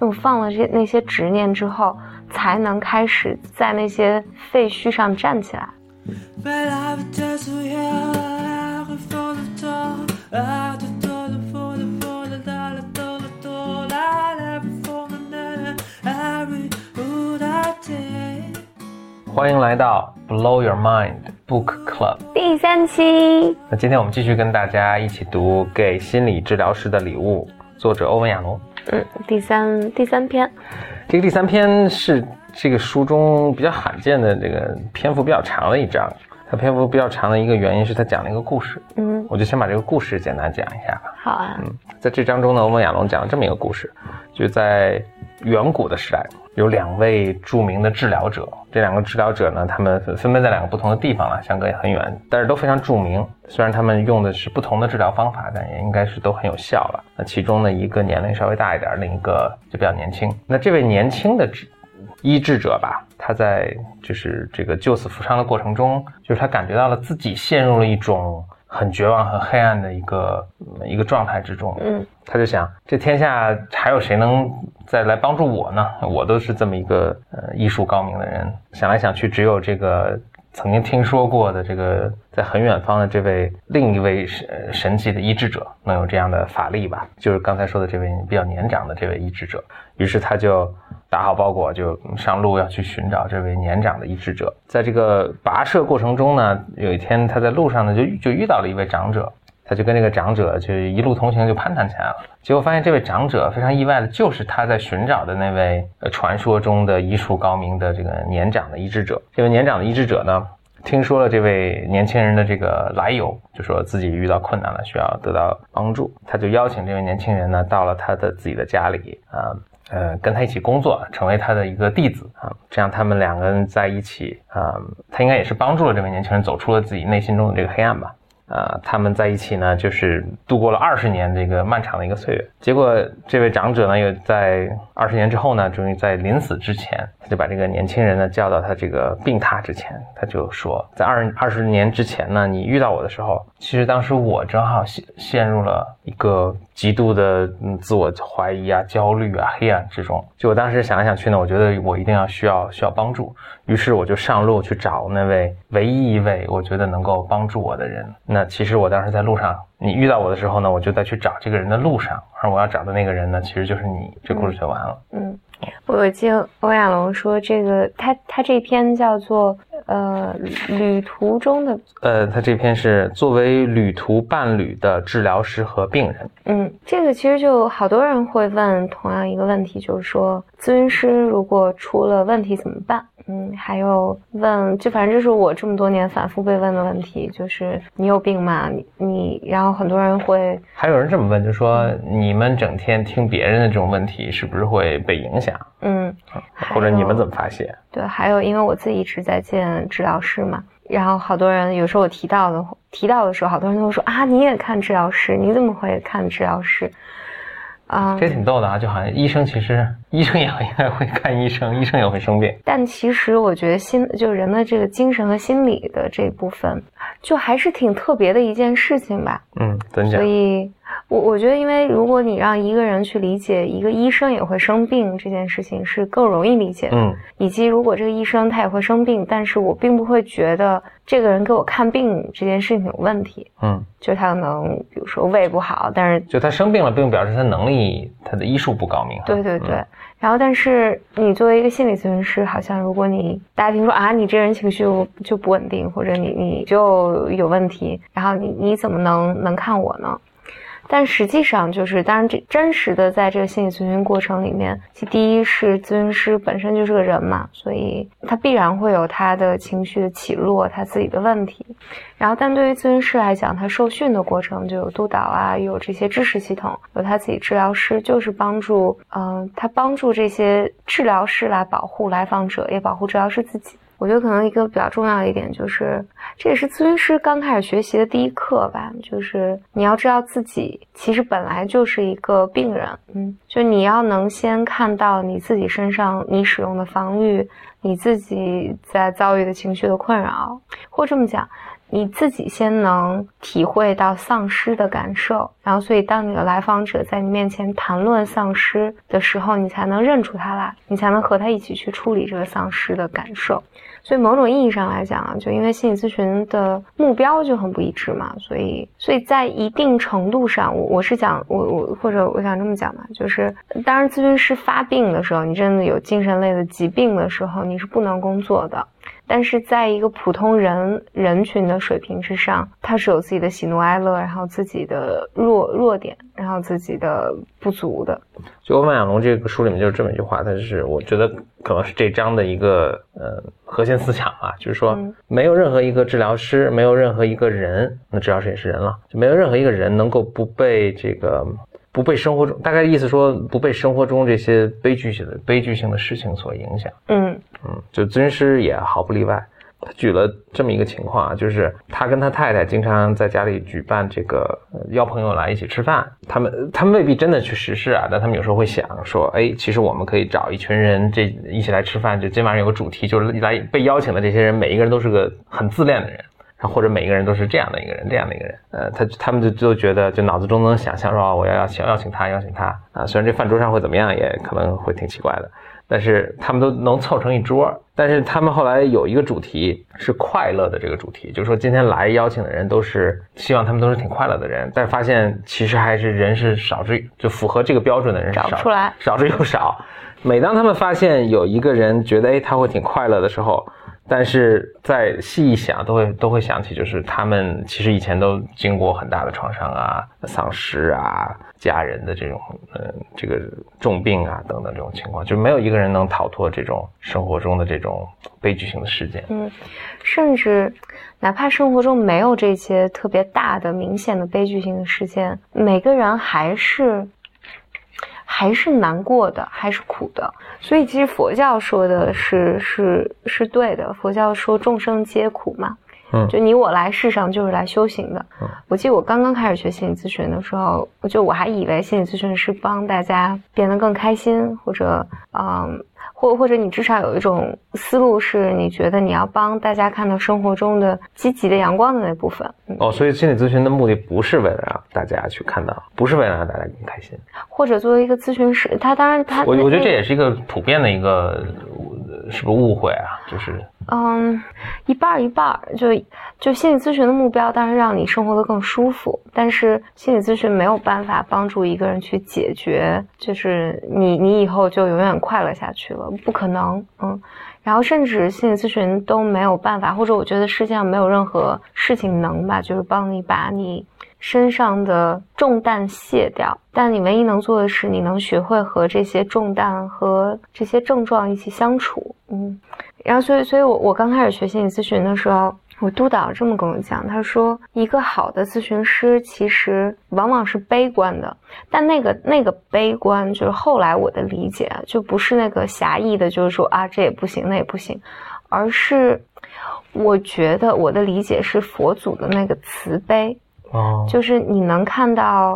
就放了那些执念之后，才能开始在那些废墟上站起来。 欢迎来到 Blow Your Mind Book Club 第3期。 那今天我们继续跟大家一起读《给心理治疗师的礼物》，作者欧文亚龙。 第三篇。 这个第3篇是这个书中比较罕见的这个篇幅比较长的一章。它篇幅比较长的一个原因是它讲了一个故事。我就先把这个故事简单讲一下吧。 好啊。 在这章中呢，欧文亚龙讲了这么一个故事，就在远古的时代，有2位著名的治疗者。这2个治疗者呢，他们分别在2个不同的地方了，相隔也很远，但是都非常著名。虽然他们用的是不同的治疗方法，但也应该是都很有效了。那其中呢，一个年龄稍微大一点，另一个就比较年轻。那这位年轻的医治者吧，他在就是这个救死扶伤的过程中，就是他感觉到了自己陷入了一种很绝望很黑暗的一个状态之中。他就想，这天下还有谁能再来帮助我呢？我都是这么一个医术高明的人，想来想去，只有这个曾经听说过的这个在很远方的这位另一位神奇的医治者能有这样的法力吧，就是刚才说的这位比较年长的这位医治者。于是他就打好包裹，就上路要去寻找这位年长的医治者。在这个跋涉过程中呢，有一天他在路上呢就遇到了一位长者，他就跟这个长者就一路同行，就攀谈起来了。结果发现这位长者非常意外的，就是他在寻找的那位传说中的医术高明的这个年长的医治者。这位年长的医治者呢，听说了这位年轻人的这个来由，就说自己遇到困难了，需要得到帮助。他就邀请这位年轻人呢到了他的自己的家里跟他一起工作，成为他的一个弟子这样他们2个人在一起他应该也是帮助了这位年轻人走出了自己内心中的这个黑暗吧。他们在一起呢，就是度过了20年这个漫长的一个岁月。结果这位长者呢，又在20年之后呢，终于在临死之前，他就把这个年轻人呢叫到他这个病榻之前，他就说，在20年之前呢，你遇到我的时候，其实当时我正好陷入了一个极度的自我怀疑啊、焦虑啊、黑暗之中。就我当时想来想去呢，我觉得我一定需要帮助，于是我就上路去找那位唯一一位我觉得能够帮助我的人。那其实我当时在路上，你遇到我的时候呢，我就在去找这个人的路上，而我要找的那个人呢，其实就是你。这故事就完了。 我记得欧亚龙说，这个他这篇叫做旅途中的他这篇是作为旅途伴侣的治疗师和病人。 这个其实就好多人会问同样一个问题，就是说咨询师如果出了问题怎么办？还有问，就反正这是我这么多年反复被问的问题，就是你有病吗？你然后很多人会， 还有人这么问，就说你们整天听别人的这种问题是不是会被影响？或者你们怎么发现？ 对，还有因为我自己一直在见治疗师嘛，然后好多人有时候我提到的时候，好多人都会说啊，你也看治疗师，你怎么会看治疗师？ 这挺逗的啊，就好像医生其实医生也应该会看医生，医生也会生病。 但其实我觉得就人的这个精神和心理的这一部分，就还是挺特别的一件事情吧。 怎讲？ 所以我觉得，因为如果你让一个人去理解一个医生也会生病这件事情是更容易理解的。以及如果这个医生他也会生病，但是我并不会觉得这个人给我看病这件事情有问题。就他可能比如说胃不好，但是就他生病了，并不表示他能力他的医术不高明。 对。然后但是你作为一个心理咨询师，好像如果大家听说你这人情绪就不稳定，或者你就有问题，然后你怎么能看我呢？但实际上就是当然这真实的在这个心理咨询过程里面，其第一是咨询师本身就是个人嘛，所以他必然会有他的情绪的起落，他自己的问题。然后但对于咨询师来讲，他受训的过程就有督导啊，有这些知识系统，有他自己治疗师，就是他帮助这些治疗师来保护来访者，也保护治疗师自己。我觉得可能一个比较重要的一点就是，这也是咨询师刚开始学习的第一课吧，就是你要知道自己其实本来就是一个病人。就你要能先看到你自己身上你使用的防御你自己在遭遇的情绪的困扰，或这么讲，你自己先能体会到丧失的感受，然后所以当你的来访者在你面前谈论丧失的时候，你才能认出他来，你才能和他一起去处理这个丧失的感受。所以某种意义上来讲啊，就因为心理咨询的目标就很不一致嘛，所以在一定程度上，我是讲或者我想这么讲嘛，就是当然咨询师发病的时候，你真的有精神类的疾病的时候，你是不能工作的。但是在一个普通人群的水平之上，他是有自己的喜怒哀乐，然后自己的弱点，然后自己的不足的。 就欧曼亚龙这个书里面就是这么一句话，它是我觉得可能是这章的一个核心思想啊，就是说没有任何一个治疗师，没有任何一个人，那治疗师也是人了，就没有任何一个人能够不被生活中，大概意思说不被生活中这些悲剧性的事情所影响。就咨询师也毫不例外。他举了这么一个情况啊，就是他跟他太太经常在家里举办这个邀朋友来一起吃饭，他们未必真的去实施啊，但他们有时候会想说，其实我们可以找一群人一起来吃饭，就今晚上有个主题，就是来被邀请的这些人每一个人都是个很自恋的人，或者每一个人都是这样的一个人，他们就觉得就脑子中能想象说我要邀请他啊，虽然这饭桌上会怎么样也可能会挺奇怪的，但是他们都能凑成一桌。但是他们后来有一个主题是快乐的，这个主题就是说今天来邀请的人都是希望他们都是挺快乐的人，但是发现其实还是人是少之，就符合这个标准的人找出来少之又少。每当他们发现有一个人觉得他会挺快乐的时候，但是再细一想都会想起，就是他们其实以前都经过很大的创伤啊、丧失啊、家人的这种这个重病啊等等这种情况，就没有一个人能逃脱这种生活中的这种悲剧性的事件。 甚至哪怕生活中没有这些特别大的明显的悲剧性的事件，每个人还是难过的，还是苦的。所以其实佛教说的是对的，佛教说众生皆苦嘛，就你我来世上就是来修行的。我记得我刚刚开始学心理咨询的时候，我还以为心理咨询是帮大家变得更开心，或者或者你至少有一种思路是你觉得你要帮大家看到生活中的积极的阳光的那部分。 所以心理咨询的目的不是为了让大家去看到，不是为了让大家更开心。或者作为一个咨询师，他当然我觉得这也是一个普遍的一个是不是误会啊？就是一半一半，就心理咨询的目标当然让你生活得更舒服，但是心理咨询没有办法帮助一个人去解决，就是你以后就永远快乐下去了，不可能。然后甚至心理咨询都没有办法，或者我觉得世界上没有任何事情能吧，就是帮你把你身上的重担卸掉，但你唯一能做的是你能学会和这些重担和这些症状一起相处。然后所以我刚开始学心理咨询的时候，我督导这么跟我讲，他说一个好的咨询师其实往往是悲观的，但那个悲观就是后来我的理解就不是那个狭义的，就是说这也不行那也不行，而是我觉得我的理解是佛祖的那个慈悲。就是你能看到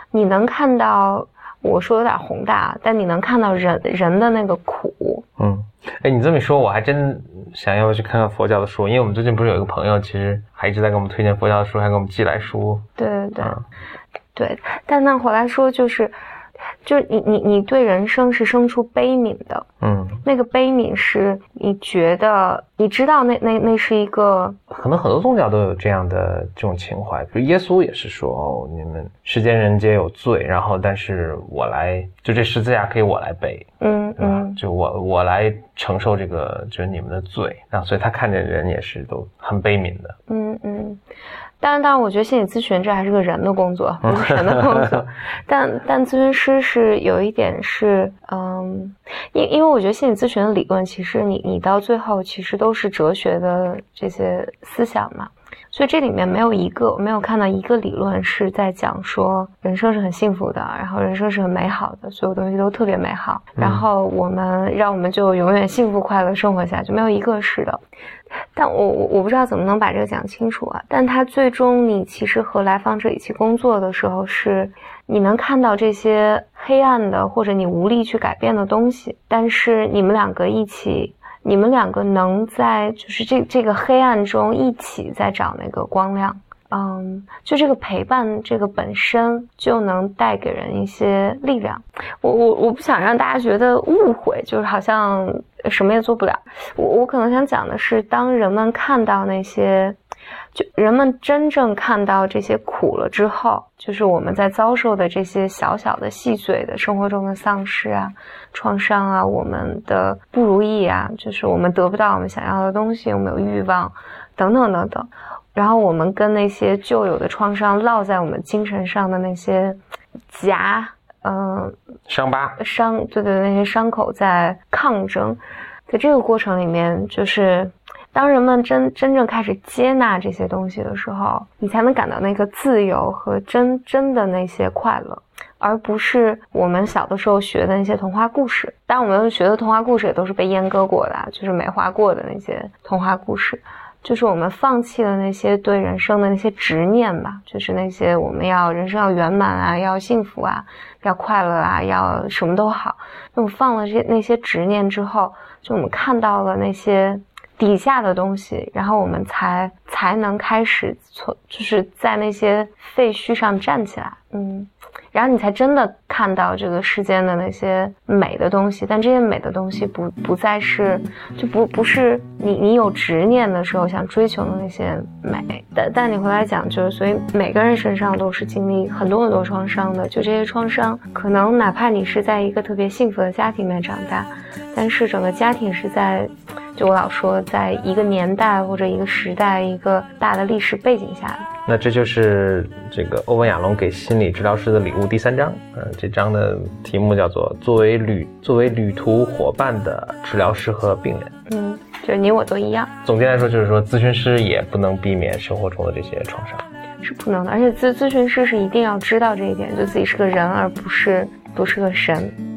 我说有点宏大，但你能看到人的那个苦。 你这么一说我还真想要去看看佛教的书，因为我们最近不是有一个朋友其实还一直在给我们推荐佛教的书，还给我们寄来书。 对，但那回来说就是你对人生是生出悲悯的。那个悲悯是你觉得你知道那是一个， 可能很多宗教都有这样的这种情怀，比如耶稣也是说你们世间人皆有罪，然后但是我来，就这十字架可以我来背。就我来承受这个就是你们的罪，然后所以他看见人也是都很悲悯的。 当然我觉得心理咨询这还是个人的工作，不是神的工作。但咨询师是有一点是因为我觉得心理咨询的理论其实你到最后其实都是哲学的这些思想嘛，所以这里面没有看到一个理论是在讲说人生是很幸福的，然后人生是很美好的，所有东西都特别美好，然后让我们就永远幸福快乐生活下去，没有一个是的。但我不知道怎么能把这个讲清楚啊。但他最终你其实和来访者一起工作的时候，是你能看到这些黑暗的或者你无力去改变的东西，但是你们两个一起你们两个能在就是这个黑暗中一起在找那个光亮。就这个陪伴这个本身就能带给人一些力量。我不想让大家觉得误会，就是好像什么也做不了。我可能想讲的是，当人们看到那些，就人们真正看到这些苦了之后，就是我们在遭受的这些小小的细碎的生活中的丧失啊、创伤啊、我们的不如意啊，就是我们得不到我们想要的东西，我们有欲望等等等等。然后我们跟那些旧有的创伤烙在我们精神上的那些伤疤对那些伤口在抗争。在这个过程里面，就是当人们真正开始接纳这些东西的时候，你才能感到那个自由和真的那些快乐，而不是我们小的时候学的那些童话故事。当然我们学的童话故事也都是被阉割过的，就是美化过的那些童话故事。就是我们放弃了那些对人生的那些执念吧，就是那些我们要人生要圆满啊，要幸福啊，要快乐啊，要什么都好。那我放了那些执念之后，就我们看到了那些底下的东西，然后我们才能开始就是在那些废墟上站起来。然后你才真的看到这个世间的那些美的东西，但这些美的东西不再是，就不是你有执念的时候想追求的那些美。但你回来讲，就是所以每个人身上都是经历很多创伤的，就这些创伤，可能哪怕你是在一个特别幸福的家庭里面长大，但是整个家庭是在，就我老说，在一个年代或者一个时代一个大的历史背景下的。 那这就是这个欧文亚龙给心理治疗师的礼物第3章，这章的题目叫做作为旅途伙伴的治疗师和病人。 就是你我都一样。总结来说，就是说咨询师也不能避免生活中的这些创伤， 是不能的。而且咨询师是一定要知道这一点，就自己是个人，而不是个神。